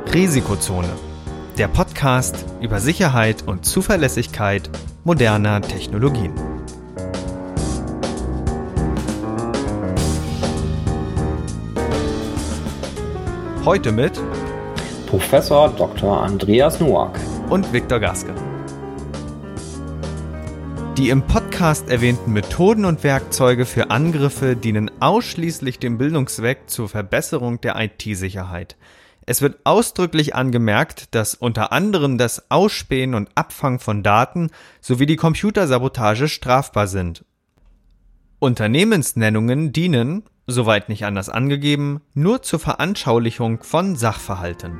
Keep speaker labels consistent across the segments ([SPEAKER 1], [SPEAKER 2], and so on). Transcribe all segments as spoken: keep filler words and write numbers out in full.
[SPEAKER 1] Risikozone, der Podcast über Sicherheit und Zuverlässigkeit moderner Technologien. Heute mit
[SPEAKER 2] Professor Doktor Andreas Noack
[SPEAKER 1] und Viktor Gaske. Die im Podcast erwähnten Methoden und Werkzeuge für Angriffe dienen ausschließlich dem Bildungszweck zur Verbesserung der I T-Sicherheit. Es wird ausdrücklich angemerkt, dass unter anderem das Ausspähen und Abfangen von Daten sowie die Computersabotage strafbar sind. Unternehmensnennungen dienen, soweit nicht anders angegeben, nur zur Veranschaulichung von Sachverhalten.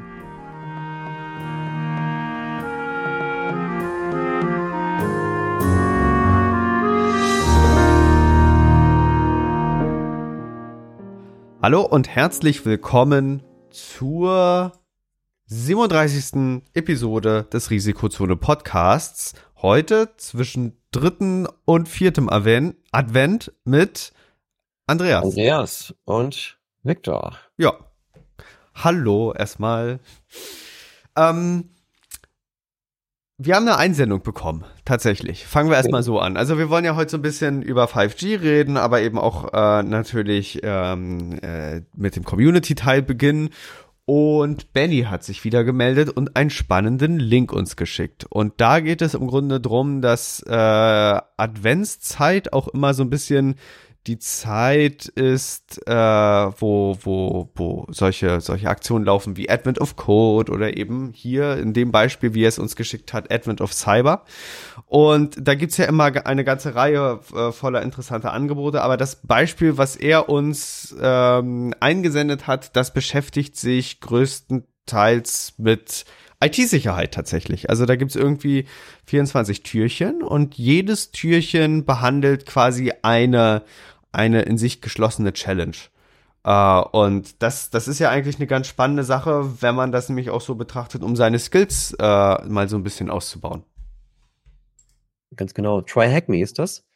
[SPEAKER 1] Hallo und herzlich willkommen zur siebenunddreißigsten Episode des Risikozone Podcasts. Heute zwischen dritten und viertem Advent mit Andreas.
[SPEAKER 2] Andreas und Viktor.
[SPEAKER 1] Ja. Hallo erstmal. Ähm, wir haben eine Einsendung bekommen, tatsächlich. Fangen wir erstmal so an. Also wir wollen ja heute so ein bisschen über fünf G reden, aber eben auch äh, natürlich ähm, äh, mit dem Community-Teil beginnen. Und Benny hat sich wieder gemeldet und einen spannenden Link uns geschickt. Und da geht es im Grunde drum, dass äh, Adventszeit auch immer so ein bisschen die Zeit ist, äh, wo wo wo solche solche Aktionen laufen wie Advent of Code oder eben hier in dem Beispiel, wie er es uns geschickt hat, Advent of Cyber. Und da gibt's ja immer eine ganze Reihe äh, voller interessanter Angebote. Aber das Beispiel, was er uns ähm, eingesendet hat, das beschäftigt sich größtenteils mit I T-Sicherheit tatsächlich. Also da gibt's irgendwie vierundzwanzig Türchen und jedes Türchen behandelt quasi eine eine in sich geschlossene Challenge. Uh, und das das ist ja eigentlich eine ganz spannende Sache, wenn man das nämlich auch so betrachtet, um seine Skills uh, mal so ein bisschen auszubauen.
[SPEAKER 2] Ganz genau. Try Hack Me ist das.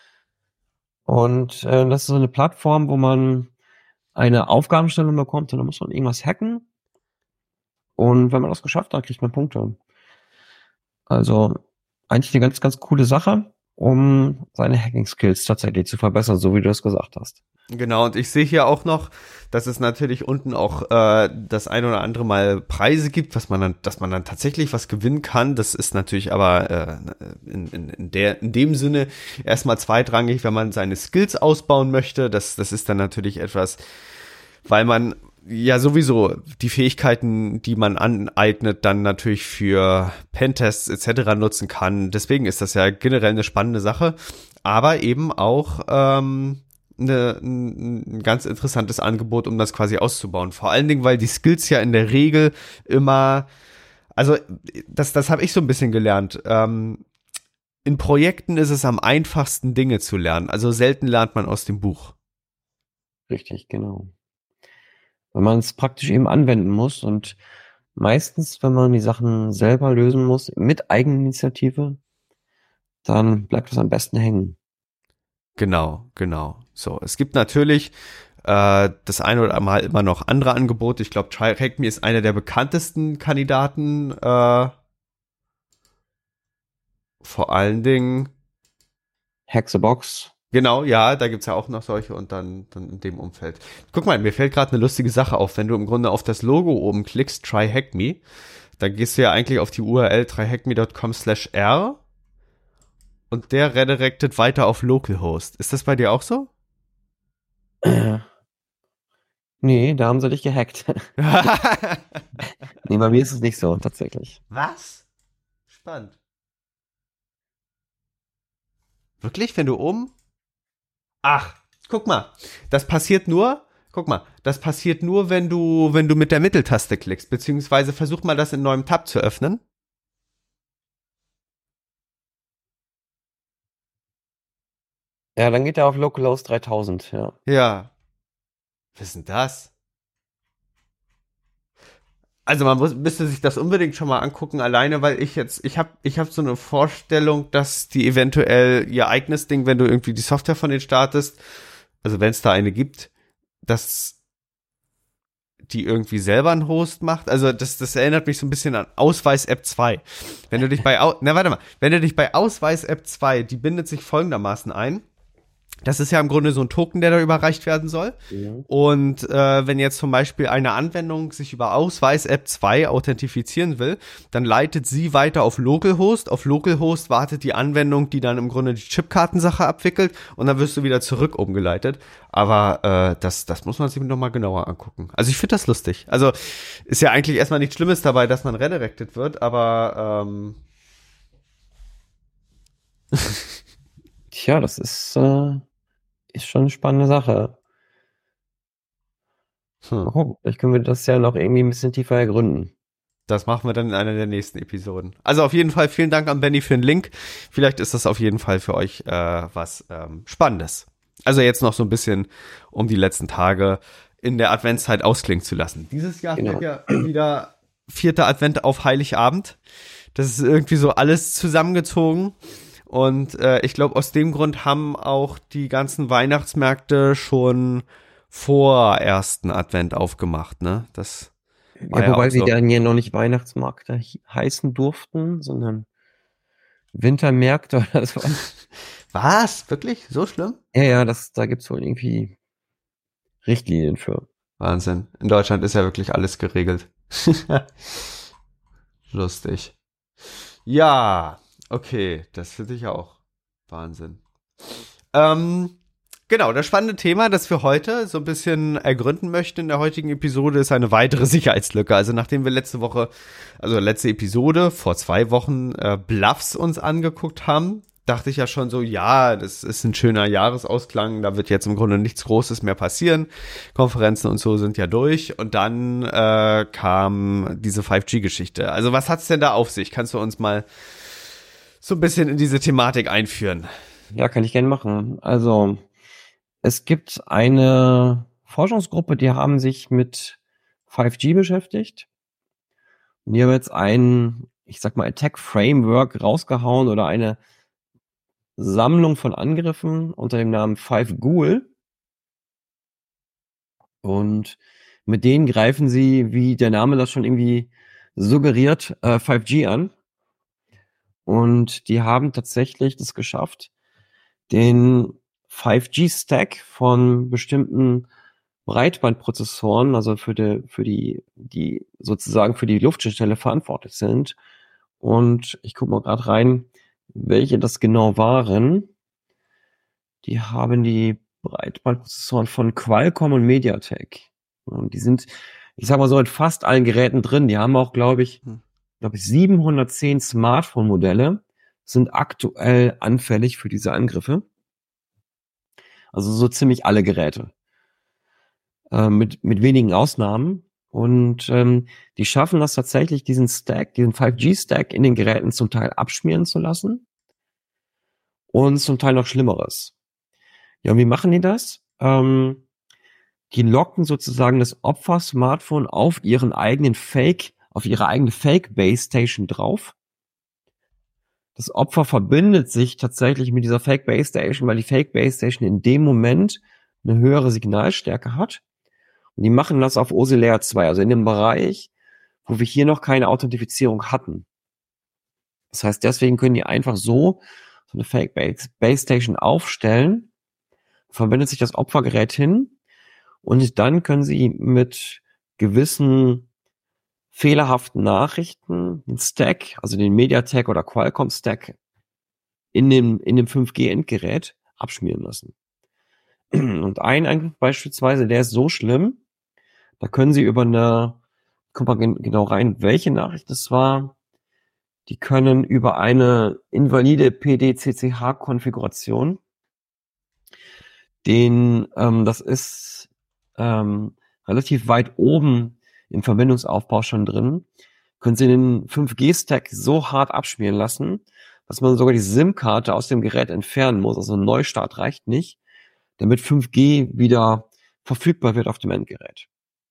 [SPEAKER 2] Und äh, das ist so eine Plattform, wo man eine Aufgabenstellung bekommt und dann muss man irgendwas hacken. Und wenn man das geschafft hat, kriegt man Punkte. Also eigentlich eine ganz, ganz coole Sache, um seine Hacking-Skills tatsächlich zu verbessern, so wie du es gesagt hast.
[SPEAKER 1] Genau, und ich sehe hier auch noch, dass es natürlich unten auch äh, das ein oder andere Mal Preise gibt, was man dann, dass man dann tatsächlich was gewinnen kann. Das ist natürlich aber äh, in, in, in, der, in dem Sinne erstmal zweitrangig, wenn man seine Skills ausbauen möchte. Das, das ist dann natürlich etwas, weil man ja sowieso die Fähigkeiten, die man aneignet, dann natürlich für Pentests et cetera nutzen kann. Deswegen ist das ja generell eine spannende Sache, aber eben auch ähm, eine, ein ganz interessantes Angebot, um das quasi auszubauen. Vor allen Dingen, weil die Skills ja in der Regel immer, also das, das habe ich so ein bisschen gelernt. Ähm, in Projekten ist es am einfachsten, Dinge zu lernen. Also selten lernt man aus dem Buch.
[SPEAKER 2] Richtig, genau. Wenn man es praktisch eben anwenden muss und meistens, wenn man die Sachen selber lösen muss, mit Eigeninitiative, dann bleibt es am besten hängen.
[SPEAKER 1] Genau, genau. So, es gibt natürlich äh, das eine oder andere Mal immer noch andere Angebote. Ich glaube, Try Hack Me ist einer der bekanntesten Kandidaten. Äh, vor allen Dingen
[SPEAKER 2] Hack the Box.
[SPEAKER 1] Genau, ja, da gibt's ja auch noch solche und dann, dann in dem Umfeld. Guck mal, mir fällt gerade eine lustige Sache auf. Wenn du im Grunde auf das Logo oben klickst, Try Hack Me, dann gehst du ja eigentlich auf die U R L try hack me dot com slash r und der redirectet weiter auf Localhost. Ist das bei dir auch so?
[SPEAKER 2] Äh, nee, da haben sie dich gehackt. Nee, bei mir ist es nicht so, tatsächlich.
[SPEAKER 1] Was? Spannend. Wirklich, wenn du oben... Ach, guck mal, das passiert nur, guck mal, das passiert nur, wenn du, wenn du mit der Mitteltaste klickst, beziehungsweise versuch mal das in neuem Tab zu öffnen.
[SPEAKER 2] Ja, dann geht er auf Localhost dreitausend, ja.
[SPEAKER 1] Ja. Was ist denn das? Also man muss, müsste sich das unbedingt schon mal angucken, alleine, weil ich jetzt, ich habe ich hab so eine Vorstellung, dass die eventuell ihr eigenes Ding, wenn du irgendwie die Software von denen startest, also wenn es da eine gibt, dass die irgendwie selber einen Host macht. Also das, das erinnert mich so ein bisschen an Ausweis-App zwei. Wenn du dich bei, Au- na warte mal, wenn du dich bei Ausweis-App zwei, die bindet sich folgendermaßen ein. Das ist ja im Grunde so ein Token, der da überreicht werden soll.
[SPEAKER 2] Mhm.
[SPEAKER 1] Und äh, wenn jetzt zum Beispiel eine Anwendung sich über Ausweis-App zwei authentifizieren will, dann leitet sie weiter auf Localhost. Auf Localhost wartet die Anwendung, die dann im Grunde die Chipkartensache abwickelt und dann wirst du wieder zurück umgeleitet. Aber äh, das, das muss man sich nochmal genauer angucken. Also ich finde das lustig. Also ist ja eigentlich erstmal nichts Schlimmes dabei, dass man redirected wird, aber ähm
[SPEAKER 2] Tja, das ist, äh, ist schon eine spannende Sache.
[SPEAKER 1] hm.
[SPEAKER 2] Mal gucken, vielleicht können wir das ja noch irgendwie ein bisschen tiefer ergründen.
[SPEAKER 1] Das machen wir dann in einer der nächsten Episoden. Also auf jeden Fall vielen Dank an Benny für den Link. Vielleicht ist das auf jeden Fall für euch äh, was ähm, Spannendes. Also jetzt noch so ein bisschen, um die letzten Tage in der Adventszeit ausklingen zu lassen. Dieses Jahr
[SPEAKER 2] Genau.
[SPEAKER 1] fällt ja wieder vierter Advent auf Heiligabend. Das ist irgendwie so alles zusammengezogen. Und äh, ich glaube, aus dem Grund haben auch die ganzen Weihnachtsmärkte schon vor ersten Advent aufgemacht, ne? Das war
[SPEAKER 2] Ja,
[SPEAKER 1] ja
[SPEAKER 2] wobei
[SPEAKER 1] auch
[SPEAKER 2] sie
[SPEAKER 1] so.
[SPEAKER 2] dann ja noch nicht Weihnachtsmärkte hi- heißen durften, sondern Wintermärkte oder so.
[SPEAKER 1] Was? Wirklich? So schlimm?
[SPEAKER 2] Ja, ja, das, da gibt's wohl irgendwie Richtlinien für.
[SPEAKER 1] Wahnsinn. In Deutschland ist ja wirklich alles geregelt. Lustig. Ja, okay, das finde ich auch. Wahnsinn. Ähm, genau, das spannende Thema, das wir heute so ein bisschen ergründen möchten in der heutigen Episode, ist eine weitere Sicherheitslücke. Also nachdem wir letzte Woche, also letzte Episode, vor zwei Wochen, äh, Bluffs uns angeguckt haben, dachte ich ja schon so, ja, das ist ein schöner Jahresausklang, da wird jetzt im Grunde nichts Großes mehr passieren. Konferenzen und so sind ja durch. Und dann äh, kam diese fünf G-Geschichte. Also was hat's denn da auf sich? Kannst du uns mal so ein bisschen in diese Thematik einführen?
[SPEAKER 2] Ja, kann ich gerne machen. Also, es gibt eine Forschungsgruppe, die haben sich mit fünf G beschäftigt. Und die haben jetzt ein, ich sag mal, Attack Framework rausgehauen oder eine Sammlung von Angriffen unter dem Namen fünf Ghoul. Und mit denen greifen sie, wie der Name das schon irgendwie suggeriert, äh, fünf G an. Und die haben tatsächlich das geschafft, den fünf G-Stack von bestimmten Breitbandprozessoren, also für die, für die, die sozusagen für die Luftschnittstelle verantwortlich sind. Und ich gucke mal gerade rein, welche das genau waren. Die haben die Breitbandprozessoren von Qualcomm und MediaTek. Und die sind, ich sag mal so, in fast allen Geräten drin. Die haben auch, glaube ich,
[SPEAKER 1] Hm.
[SPEAKER 2] glaube ich, siebenhundertzehn Smartphone-Modelle sind aktuell anfällig für diese Angriffe. Also so ziemlich alle Geräte. Äh, mit, mit wenigen Ausnahmen. Und ähm, die schaffen das tatsächlich, diesen Stack, diesen fünf G-Stack in den Geräten zum Teil abschmieren zu lassen. Und zum Teil noch Schlimmeres. Ja, und wie machen die das? Ähm, die locken sozusagen das Opfer-Smartphone auf ihren eigenen Fake, auf ihre eigene Fake-Base-Station drauf. Das Opfer verbindet sich tatsächlich mit dieser Fake-Base-Station, weil die Fake-Base-Station in dem Moment eine höhere Signalstärke hat. Und die machen das auf O S I Layer zwei, also in dem Bereich, wo wir hier noch keine Authentifizierung hatten. Das heißt, deswegen können die einfach so so eine Fake-Base-Station aufstellen, verbindet sich das Opfergerät hin und dann können sie mit gewissen fehlerhaften Nachrichten den Stack, also den MediaTek oder Qualcomm Stack in dem, in dem fünf G-Endgerät abschmieren lassen. Und ein Angriff beispielsweise, der ist so schlimm, da können sie über eine, guck mal genau rein, welche Nachricht das war, die können über eine invalide P D C C H-Konfiguration, den, ähm, das ist ähm, relativ weit oben im Verbindungsaufbau schon drin, können Sie den fünf G-Stack so hart abschmieren lassen, dass man sogar die SIM-Karte aus dem Gerät entfernen muss. Also ein Neustart reicht nicht, damit fünf G wieder verfügbar wird auf dem Endgerät.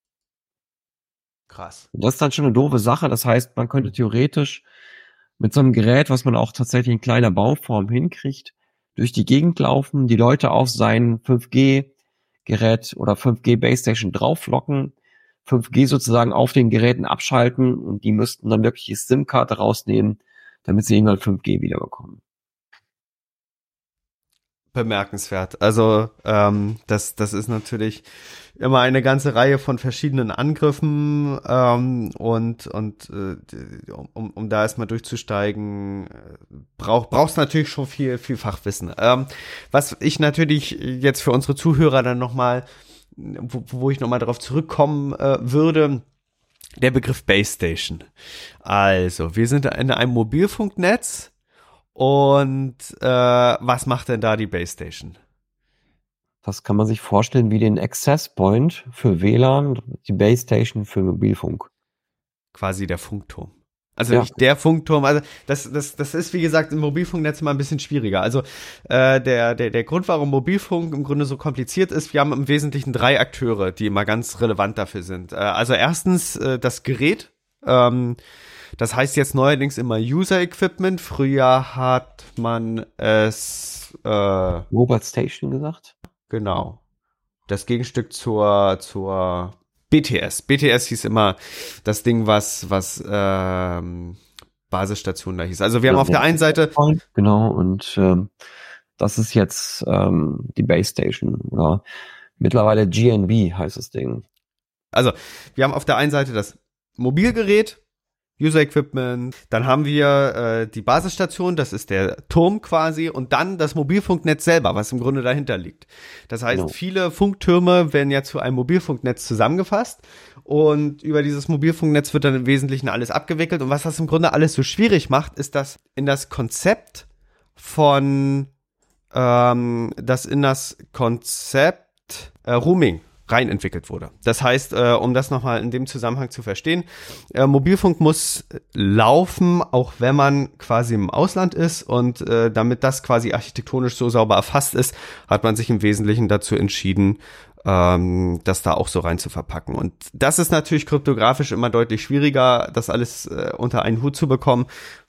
[SPEAKER 1] Krass.
[SPEAKER 2] Und das ist dann schon eine doofe Sache. Das heißt, man könnte theoretisch mit so einem Gerät, was man auch tatsächlich in kleiner Bauform hinkriegt, durch die Gegend laufen, die Leute auf sein fünf G-Gerät oder fünf G-Base Station drauflocken, fünf G sozusagen auf den Geräten abschalten und die müssten dann wirklich die SIM-Karte rausnehmen, damit sie irgendwann fünf G wiederbekommen.
[SPEAKER 1] Bemerkenswert. Also ähm, das, das ist natürlich immer eine ganze Reihe von verschiedenen Angriffen ähm, und und äh, um, um da erstmal durchzusteigen, brauch, brauchst natürlich schon viel viel Fachwissen. Ähm, was ich natürlich jetzt für unsere Zuhörer dann nochmal, wo, wo ich nochmal darauf zurückkommen äh, würde, der Begriff Base Station. Also, wir sind in einem Mobilfunknetz. Und äh, was macht denn da die Base Station?
[SPEAKER 2] Das kann man sich vorstellen wie den Access Point für W L A N, die Base Station für Mobilfunk.
[SPEAKER 1] Quasi der Funkturm. Also
[SPEAKER 2] Ja.
[SPEAKER 1] nicht der Funkturm, also das, das, das ist wie gesagt im Mobilfunknetz immer ein bisschen schwieriger. Also äh, der, der, der Grund, warum Mobilfunk im Grunde so kompliziert ist, wir haben im Wesentlichen drei Akteure, die immer ganz relevant dafür sind. Äh, also erstens äh, das Gerät, ähm, das heißt jetzt neuerdings immer User Equipment. Früher hat man es äh,
[SPEAKER 2] Mobile Station gesagt.
[SPEAKER 1] Genau. Das Gegenstück zur zur B T S. B T S hieß immer das Ding, was was ähm, Basisstation da hieß. Also wir haben
[SPEAKER 2] Ja,
[SPEAKER 1] auf der einen Seite
[SPEAKER 2] genau und ähm, das ist jetzt ähm, die Base Station oder mittlerweile G N B heißt das Ding.
[SPEAKER 1] Also wir haben auf der einen Seite das Mobilgerät, User Equipment, dann haben wir äh, die Basisstation, das ist der Turm quasi, und dann das Mobilfunknetz selber, was im Grunde dahinter liegt. Das heißt,
[SPEAKER 2] Genau.
[SPEAKER 1] viele Funktürme werden ja zu einem Mobilfunknetz zusammengefasst und über dieses Mobilfunknetz wird dann im Wesentlichen alles abgewickelt. Und was das im Grunde alles so schwierig macht, ist, dass in das Konzept von ähm, dass in das Konzept äh, Roaming rein entwickelt wurde. Das heißt, äh, um das nochmal in dem Zusammenhang zu verstehen, äh, Mobilfunk muss laufen, auch wenn man quasi im Ausland ist, und äh, damit das quasi architektonisch so sauber erfasst ist, hat man sich im Wesentlichen dazu entschieden, ähm, das da auch so rein zu verpacken. Und das ist natürlich kryptografisch immer deutlich schwieriger, das alles äh, unter einen Hut zu bekommen,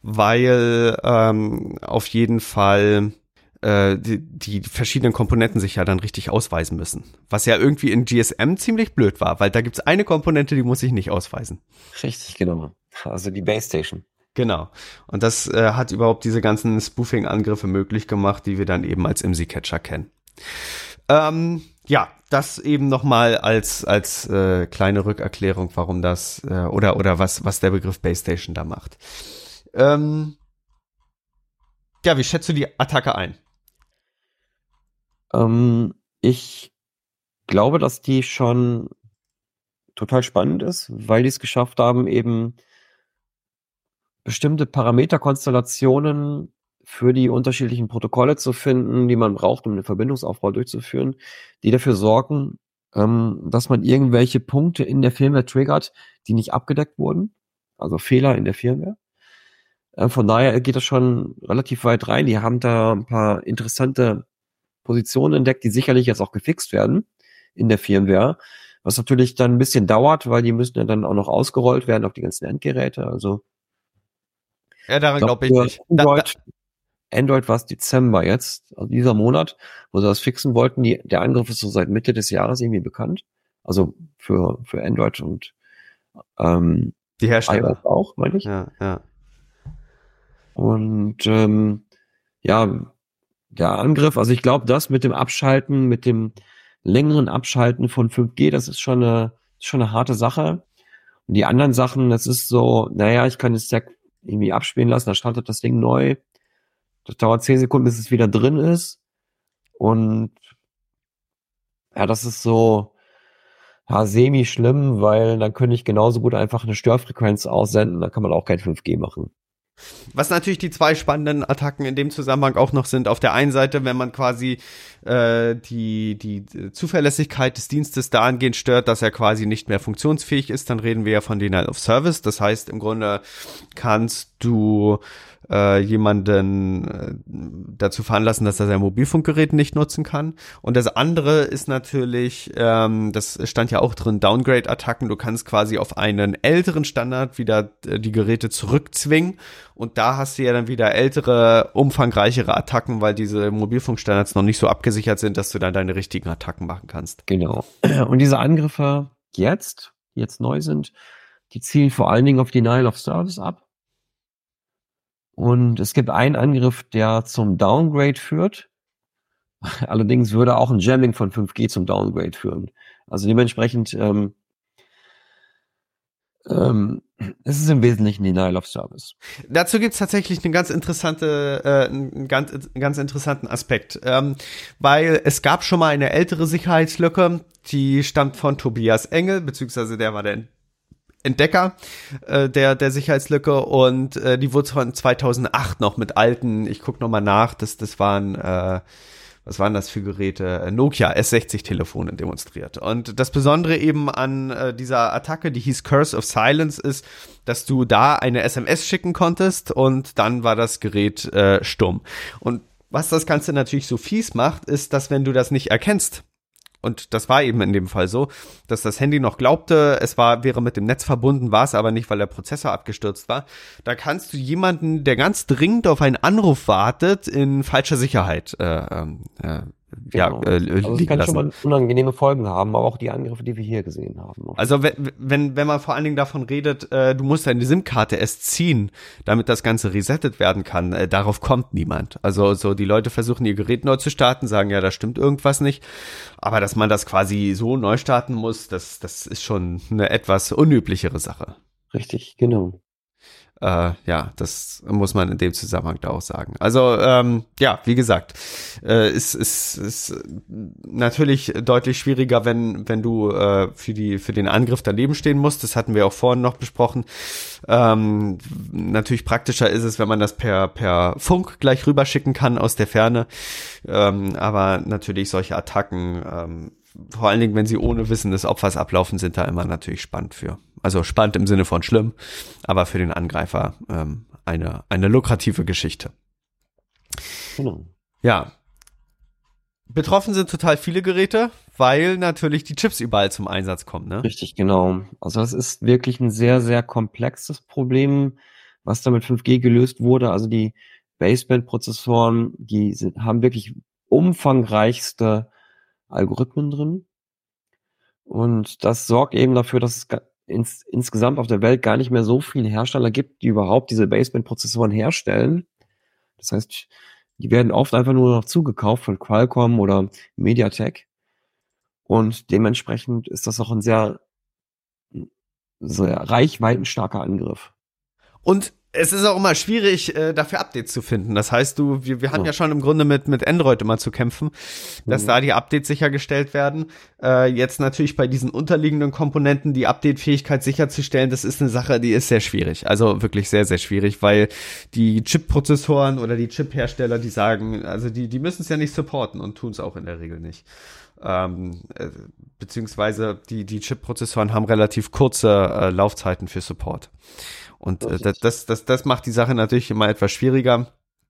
[SPEAKER 1] weil ähm, auf jeden Fall Die, die verschiedenen Komponenten sich ja dann richtig ausweisen müssen. Was ja irgendwie in G S M ziemlich blöd war, weil da gibt's eine Komponente, die muss sich nicht ausweisen.
[SPEAKER 2] Richtig, genau. Also die Base Station.
[SPEAKER 1] Genau. Und das äh, hat überhaupt diese ganzen Spoofing-Angriffe möglich gemacht, die wir dann eben als I M S I-Catcher kennen. Ähm, ja, das eben nochmal als als äh, kleine Rückerklärung, warum das äh, oder oder was was der Begriff Base Station da macht. Ähm, ja, wie schätzt du die Attacke ein?
[SPEAKER 2] Ähm, ich glaube, dass die schon total spannend ist, weil die es geschafft haben, eben bestimmte Parameterkonstellationen für die unterschiedlichen Protokolle zu finden, die man braucht, um den Verbindungsaufbau durchzuführen, die dafür sorgen, ähm, dass man irgendwelche Punkte in der Firmware triggert, die nicht abgedeckt wurden, also Fehler in der Firmware. Äh, von daher geht das schon relativ weit rein. Die haben da ein paar interessante Positionen entdeckt, die sicherlich jetzt auch gefixt werden in der Firmware, was natürlich dann ein bisschen dauert, weil die müssen ja dann auch noch ausgerollt werden auf die ganzen Endgeräte. Also
[SPEAKER 1] ja, daran glaube ich nicht.
[SPEAKER 2] Android, Android war es Dezember jetzt, also dieser Monat, wo sie das fixen wollten. Die, der Angriff ist so seit Mitte des Jahres irgendwie bekannt. Also für für Android und ähm,
[SPEAKER 1] die Hersteller
[SPEAKER 2] iOS auch, meine ich.
[SPEAKER 1] Ja, ja.
[SPEAKER 2] Und ähm, ja, der Angriff, also ich glaube, das mit dem Abschalten, mit dem längeren Abschalten von fünf G, das ist schon eine, schon eine harte Sache. Und die anderen Sachen, das ist so, naja, ich kann das Stack irgendwie abspielen lassen, da startet das Ding neu. Das dauert zehn Sekunden, bis es wieder drin ist. Und ja, das ist so ja, semi-schlimm, weil dann könnte ich genauso gut einfach eine Störfrequenz aussenden, da kann man auch kein fünf G machen.
[SPEAKER 1] Was natürlich die zwei spannenden Attacken in dem Zusammenhang auch noch sind. Auf der einen Seite, wenn man quasi äh, die die Zuverlässigkeit des Dienstes dahingehend stört, dass er quasi nicht mehr funktionsfähig ist, dann reden wir ja von Denial of Service. Das heißt, im Grunde kannst du äh, jemanden äh, dazu veranlassen, dass er sein Mobilfunkgerät nicht nutzen kann. Und das andere ist natürlich, ähm, das stand ja auch drin, Downgrade-Attacken. Du kannst quasi auf einen älteren Standard wieder äh, die Geräte zurückzwingen. Und da hast du ja dann wieder ältere, umfangreichere Attacken, weil diese Mobilfunkstandards noch nicht so abgesichert sind, dass du dann deine richtigen Attacken machen kannst.
[SPEAKER 2] Genau. Und diese Angriffe jetzt, die jetzt neu sind. Die zielen vor allen Dingen auf Denial of Service ab. Und es gibt einen Angriff, der zum Downgrade führt. Allerdings würde auch ein Jamming von fünf G zum Downgrade führen. Also dementsprechend ähm, ähm, es ist im Wesentlichen Denial of Service.
[SPEAKER 1] Dazu gibt's tatsächlich eine ganz interessante, äh, einen ganz, einen ganz interessanten Aspekt, ähm, weil es gab schon mal eine ältere Sicherheitslücke, die stammt von Tobias Engel, beziehungsweise der war der Entdecker äh, der der Sicherheitslücke und äh, die wurde von zweitausendacht noch mit alten, ich guck noch mal nach, das das waren äh, was waren das für Geräte? Nokia S sechzig Telefone demonstriert. Und das Besondere eben an äh, dieser Attacke, die hieß Curse of Silence, ist, dass du da eine S M S schicken konntest und dann war das Gerät äh, stumm. Und was das Ganze natürlich so fies macht, ist, dass wenn du das nicht erkennst, und das war eben in dem Fall so, dass das Handy noch glaubte, es war, wäre mit dem Netz verbunden, war es aber nicht, weil der Prozessor abgestürzt war. Da kannst du jemanden, der ganz dringend auf einen Anruf wartet, in falscher Sicherheit äh, äh, ja,
[SPEAKER 2] Genau.
[SPEAKER 1] äh,
[SPEAKER 2] Also es
[SPEAKER 1] liegen
[SPEAKER 2] kann
[SPEAKER 1] lassen.
[SPEAKER 2] schon mal unangenehme Folgen haben, aber auch die Angriffe, die wir hier gesehen haben.
[SPEAKER 1] Also wenn, wenn, wenn man vor allen Dingen davon redet, äh, du musst deine SIM-Karte erst ziehen, damit das Ganze resettet werden kann, äh, darauf kommt niemand. Also so die Leute versuchen ihr Gerät neu zu starten, sagen, ja, da stimmt irgendwas nicht. Aber dass man das quasi so neu starten muss, das, das ist schon eine etwas unüblichere Sache.
[SPEAKER 2] Richtig, genau.
[SPEAKER 1] Äh, ja, das muss man in dem Zusammenhang da auch sagen. Also, ähm, ja, wie gesagt, äh, ist, ist, ist natürlich deutlich schwieriger, wenn, wenn du äh, für die, für den Angriff daneben stehen musst. Das hatten wir auch vorhin noch besprochen. Ähm, natürlich praktischer ist es, wenn man das per, per Funk gleich rüberschicken kann aus der Ferne. Ähm, aber natürlich solche Attacken, ähm, vor allen Dingen, wenn sie ohne Wissen des Opfers ablaufen, sind da immer natürlich spannend für. Also spannend im Sinne von schlimm, aber für den Angreifer ähm, eine eine lukrative Geschichte.
[SPEAKER 2] Genau.
[SPEAKER 1] Ja. Betroffen sind total viele Geräte, weil natürlich die Chips überall zum Einsatz kommen, ne?
[SPEAKER 2] Richtig, genau. Also das ist wirklich ein sehr, sehr komplexes Problem, was da mit fünf G gelöst wurde. Also die Baseband-Prozessoren, die sind, haben wirklich umfangreichste Algorithmen drin. Und das sorgt eben dafür, dass es ins, insgesamt auf der Welt gar nicht mehr so viele Hersteller gibt, die überhaupt diese Baseband-Prozessoren herstellen. Das heißt, die werden oft einfach nur noch zugekauft von Qualcomm oder MediaTek. Und dementsprechend ist das auch ein sehr, sehr reichweitenstarker Angriff.
[SPEAKER 1] Und es ist auch immer schwierig, äh, dafür Updates zu finden. Das heißt, du, wir, wir hatten
[SPEAKER 2] Ja.
[SPEAKER 1] ja schon im Grunde mit mit Android immer zu kämpfen, dass
[SPEAKER 2] Mhm.
[SPEAKER 1] da die Updates sichergestellt werden. Äh, jetzt natürlich bei diesen unterliegenden Komponenten die Update-Fähigkeit sicherzustellen, das ist eine Sache, die ist sehr schwierig. Also wirklich sehr, sehr schwierig, weil die Chip-Prozessoren oder die Chip-Hersteller, die sagen, also die, die müssen es ja nicht supporten und tun es auch in der Regel nicht. Ähm, äh, beziehungsweise die, die Chip-Prozessoren haben relativ kurze äh, Laufzeiten für Support. Und äh, das, das, das, das macht die Sache natürlich immer etwas schwieriger.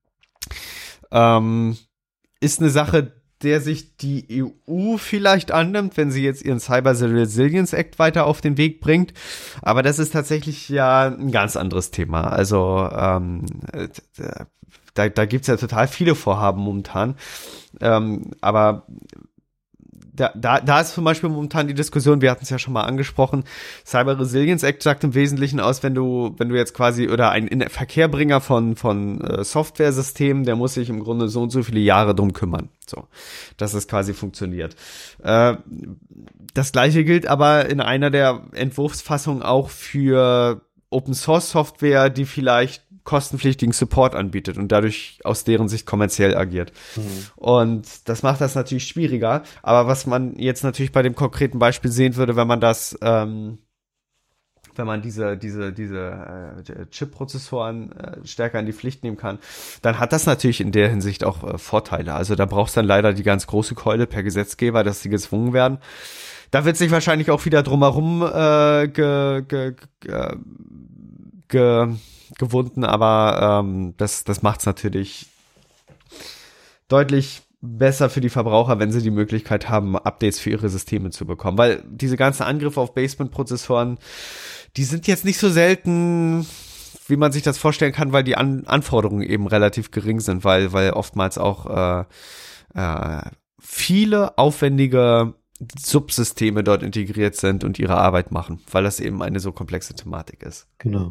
[SPEAKER 1] Ähm, ist eine Sache, der sich die E U vielleicht annimmt, wenn sie jetzt ihren Cyber Resilience Act weiter auf den Weg bringt. Aber das ist tatsächlich ja ein ganz anderes Thema. Also ähm, da, da gibt's ja total viele Vorhaben momentan. Ähm, aber Da, da, da ist zum Beispiel momentan die Diskussion, wir hatten es ja schon mal angesprochen, Cyber Resilience Act sagt im Wesentlichen aus, wenn du, wenn du jetzt quasi, oder ein Verkehrbringer von, von äh, Software-Systemen, der muss sich im Grunde so und so viele Jahre drum kümmern. So, dass es quasi funktioniert. Äh, das gleiche gilt aber in einer der Entwurfsfassungen auch für Open-Source-Software, die vielleicht kostenpflichtigen Support anbietet und dadurch aus deren Sicht kommerziell agiert. Mhm. Und das macht das natürlich schwieriger. Aber was man jetzt natürlich bei dem konkreten Beispiel sehen würde, wenn man das, ähm, wenn man diese diese diese äh, Chip-Prozessoren äh, stärker in die Pflicht nehmen kann, dann hat das natürlich in der Hinsicht auch äh, Vorteile. Also da brauchst dann leider die ganz große Keule per Gesetzgeber, dass sie gezwungen werden. Da wird sich wahrscheinlich auch wieder drumherum äh, ge, ge, ge, ge gewunden, aber ähm, das, das macht es natürlich deutlich besser für die Verbraucher, wenn sie die Möglichkeit haben, Updates für ihre Systeme zu bekommen. Weil diese ganzen Angriffe auf Baseband-Prozessoren, die sind jetzt nicht so selten, wie man sich das vorstellen kann, weil die An- Anforderungen eben relativ gering sind, weil, weil oftmals auch äh, äh, viele aufwendige Subsysteme dort integriert sind und ihre Arbeit machen, weil das eben eine so komplexe Thematik ist.
[SPEAKER 2] Genau.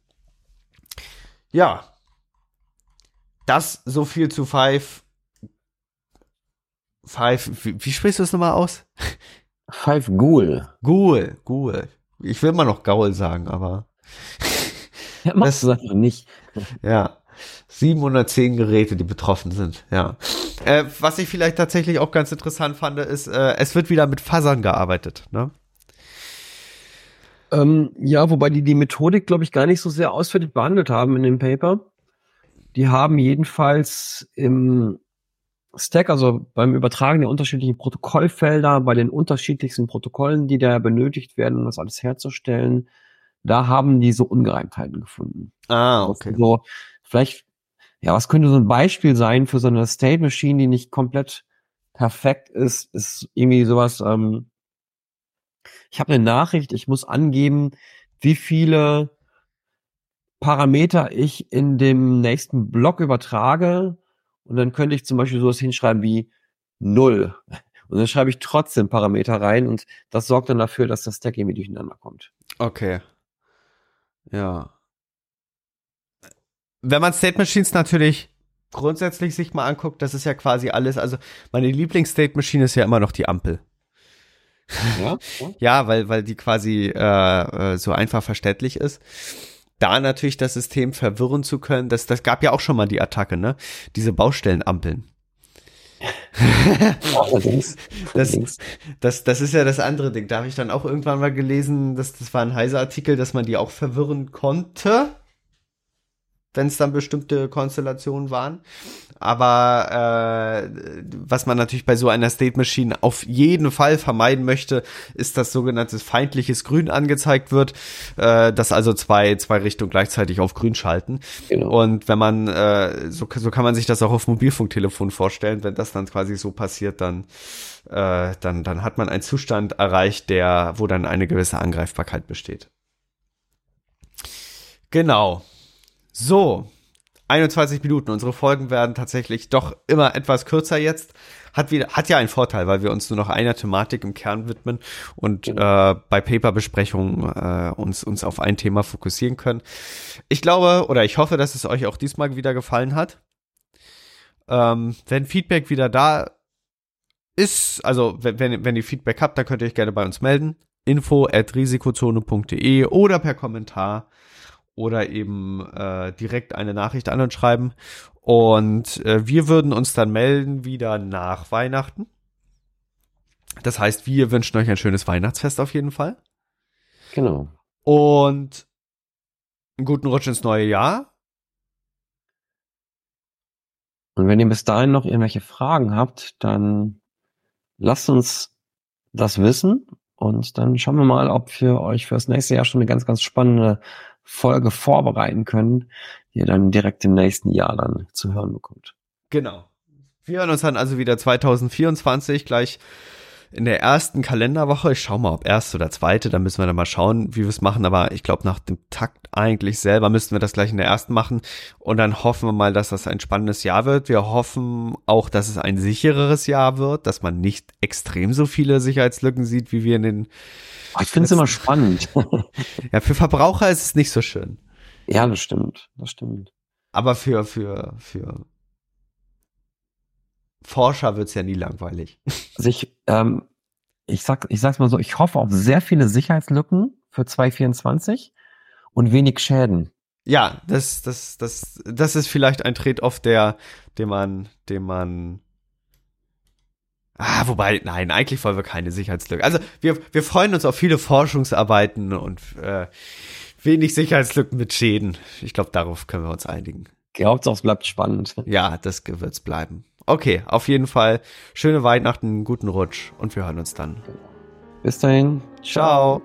[SPEAKER 1] Ja. Das so viel zu Five. Five, wie, wie sprichst du es nochmal aus?
[SPEAKER 2] Five Ghoul.
[SPEAKER 1] Ghoul, Ghoul. Ich will mal noch Gaul sagen, aber.
[SPEAKER 2] Ja, machst du das einfach nicht.
[SPEAKER 1] Ja. siebenhundertzehn Geräte, die betroffen sind, ja. Äh, was ich vielleicht tatsächlich auch ganz interessant fand, ist, äh, es wird wieder mit Fuzzern gearbeitet, ne?
[SPEAKER 2] Ähm, ja, wobei die die Methodik, glaube ich, gar nicht so sehr ausführlich behandelt haben in dem Paper. Die haben jedenfalls im Stack, also beim Übertragen der unterschiedlichen Protokollfelder, bei den unterschiedlichsten Protokollen, die da benötigt werden, um das alles herzustellen, da haben die so Ungereimtheiten gefunden.
[SPEAKER 1] Ah, okay.
[SPEAKER 2] So, vielleicht, ja, was könnte so ein Beispiel sein für so eine State Machine, die nicht komplett perfekt ist, ist irgendwie sowas, ähm, ich habe eine Nachricht, ich muss angeben, wie viele Parameter ich in dem nächsten Block übertrage, und dann könnte ich zum Beispiel sowas hinschreiben wie null. Und dann schreibe ich trotzdem Parameter rein und das sorgt dann dafür, dass das Stack irgendwie durcheinander kommt.
[SPEAKER 1] Okay. Ja. Wenn man State Machines natürlich grundsätzlich sich mal anguckt, das ist ja quasi alles, also meine Lieblings-State Machine ist ja immer noch die Ampel.
[SPEAKER 2] Ja,
[SPEAKER 1] ja, weil, weil die quasi äh, so einfach verständlich ist. Da natürlich das System verwirren zu können, das, das gab ja auch schon mal die Attacke, ne? Diese Baustellenampeln.
[SPEAKER 2] allerdings,
[SPEAKER 1] das, das, das ist ja das andere Ding. Da habe ich dann auch irgendwann mal gelesen, dass das war ein heißer Artikel, dass man die auch verwirren konnte, wenn es dann bestimmte Konstellationen waren. Aber äh, was man natürlich bei so einer State Machine auf jeden Fall vermeiden möchte, ist, dass sogenanntes feindliches Grün angezeigt wird, äh, dass also zwei zwei Richtungen gleichzeitig auf Grün schalten.
[SPEAKER 2] Genau.
[SPEAKER 1] Und wenn man, äh, so, so kann man sich das auch auf Mobilfunktelefon vorstellen, wenn das dann quasi so passiert, dann äh, dann dann hat man einen Zustand erreicht, der wo dann eine gewisse Angreifbarkeit besteht. Genau. So, einundzwanzig Minuten. Unsere Folgen werden tatsächlich doch immer etwas kürzer jetzt. Hat wieder, hat ja einen Vorteil, weil wir uns nur noch einer Thematik im Kern widmen und äh, bei Paperbesprechungen äh, uns uns auf ein Thema fokussieren können. Ich glaube oder ich hoffe, dass es euch auch diesmal wieder gefallen hat. Ähm, wenn Feedback wieder da ist, also wenn wenn, wenn ihr Feedback habt, dann könnt ihr euch gerne bei uns melden. info at risikozone punkt de oder per Kommentar. Oder eben äh, direkt eine Nachricht an uns schreiben. Und äh, wir würden uns dann melden wieder nach Weihnachten. Das heißt, wir wünschen euch ein schönes Weihnachtsfest auf jeden Fall.
[SPEAKER 2] Genau.
[SPEAKER 1] Und einen guten Rutsch ins neue Jahr.
[SPEAKER 2] Und wenn ihr bis dahin noch irgendwelche Fragen habt, dann lasst uns das wissen. Und dann schauen wir mal, ob wir euch für das nächste Jahr schon eine ganz, ganz spannende Folge vorbereiten können, die ihr dann direkt im nächsten Jahr dann zu hören bekommt.
[SPEAKER 1] Genau. Wir hören uns dann also wieder zwanzig vierundzwanzig gleich in der ersten Kalenderwoche. Ich schau mal, ob erste oder zweite, da müssen wir dann mal schauen, wie wir es machen, aber ich glaube, nach dem Takt eigentlich selber müssten wir das gleich in der ersten machen und dann hoffen wir mal, dass das ein spannendes Jahr wird. Wir hoffen auch, dass es ein sichereres Jahr wird, dass man nicht extrem so viele Sicherheitslücken sieht, wie wir in den
[SPEAKER 2] Ich finde es immer spannend.
[SPEAKER 1] Ja, für Verbraucher ist es nicht so schön.
[SPEAKER 2] Ja, das stimmt, das stimmt.
[SPEAKER 1] Aber für, für, für Forscher wird's ja nie langweilig.
[SPEAKER 2] Also ich, ähm, ich sag, ich sag's mal so, ich hoffe auf sehr viele Sicherheitslücken für zwanzig vierundzwanzig und wenig Schäden.
[SPEAKER 1] Ja, das, das, das, das ist vielleicht ein Trade-off, der, den man, den man, ah, wobei, nein, eigentlich wollen wir keine Sicherheitslücken. Also, wir, wir freuen uns auf viele Forschungsarbeiten und, äh, wenig Sicherheitslücken mit Schäden. Ich glaube, darauf können wir uns einigen.
[SPEAKER 2] Hauptsache, es bleibt spannend.
[SPEAKER 1] Ja, das wird's bleiben. Okay, auf jeden Fall. Schöne Weihnachten, guten Rutsch und wir hören uns dann.
[SPEAKER 2] Bis dahin.
[SPEAKER 1] Ciao.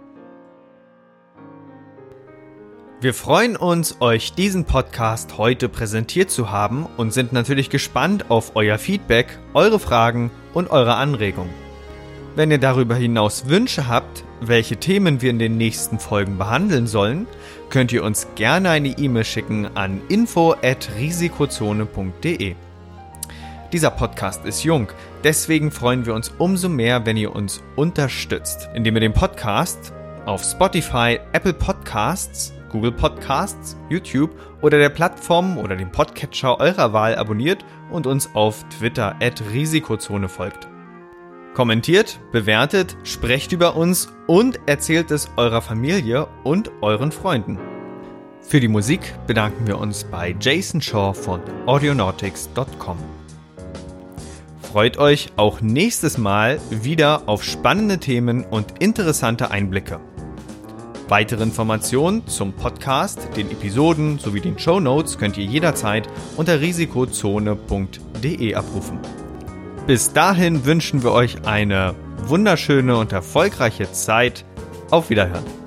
[SPEAKER 1] Wir freuen uns, euch diesen Podcast heute präsentiert zu haben und sind natürlich gespannt auf euer Feedback, eure Fragen und eure Anregungen. Wenn ihr darüber hinaus Wünsche habt, welche Themen wir in den nächsten Folgen behandeln sollen, könnt ihr uns gerne eine E-Mail schicken an info at risikozone punkt de. Dieser Podcast ist jung, deswegen freuen wir uns umso mehr, wenn ihr uns unterstützt, indem ihr den Podcast auf Spotify, Apple Podcasts, Google Podcasts, YouTube oder der Plattform oder dem Podcatcher eurer Wahl abonniert und uns auf Twitter at Risikozone folgt. Kommentiert, bewertet, sprecht über uns und erzählt es eurer Familie und euren Freunden. Für die Musik bedanken wir uns bei Jason Shaw von audionautics Punkt com. Freut euch auch nächstes Mal wieder auf spannende Themen und interessante Einblicke. Weitere Informationen zum Podcast, den Episoden sowie den Shownotes könnt ihr jederzeit unter risikozone punkt de abrufen. Bis dahin wünschen wir euch eine wunderschöne und erfolgreiche Zeit. Auf Wiederhören.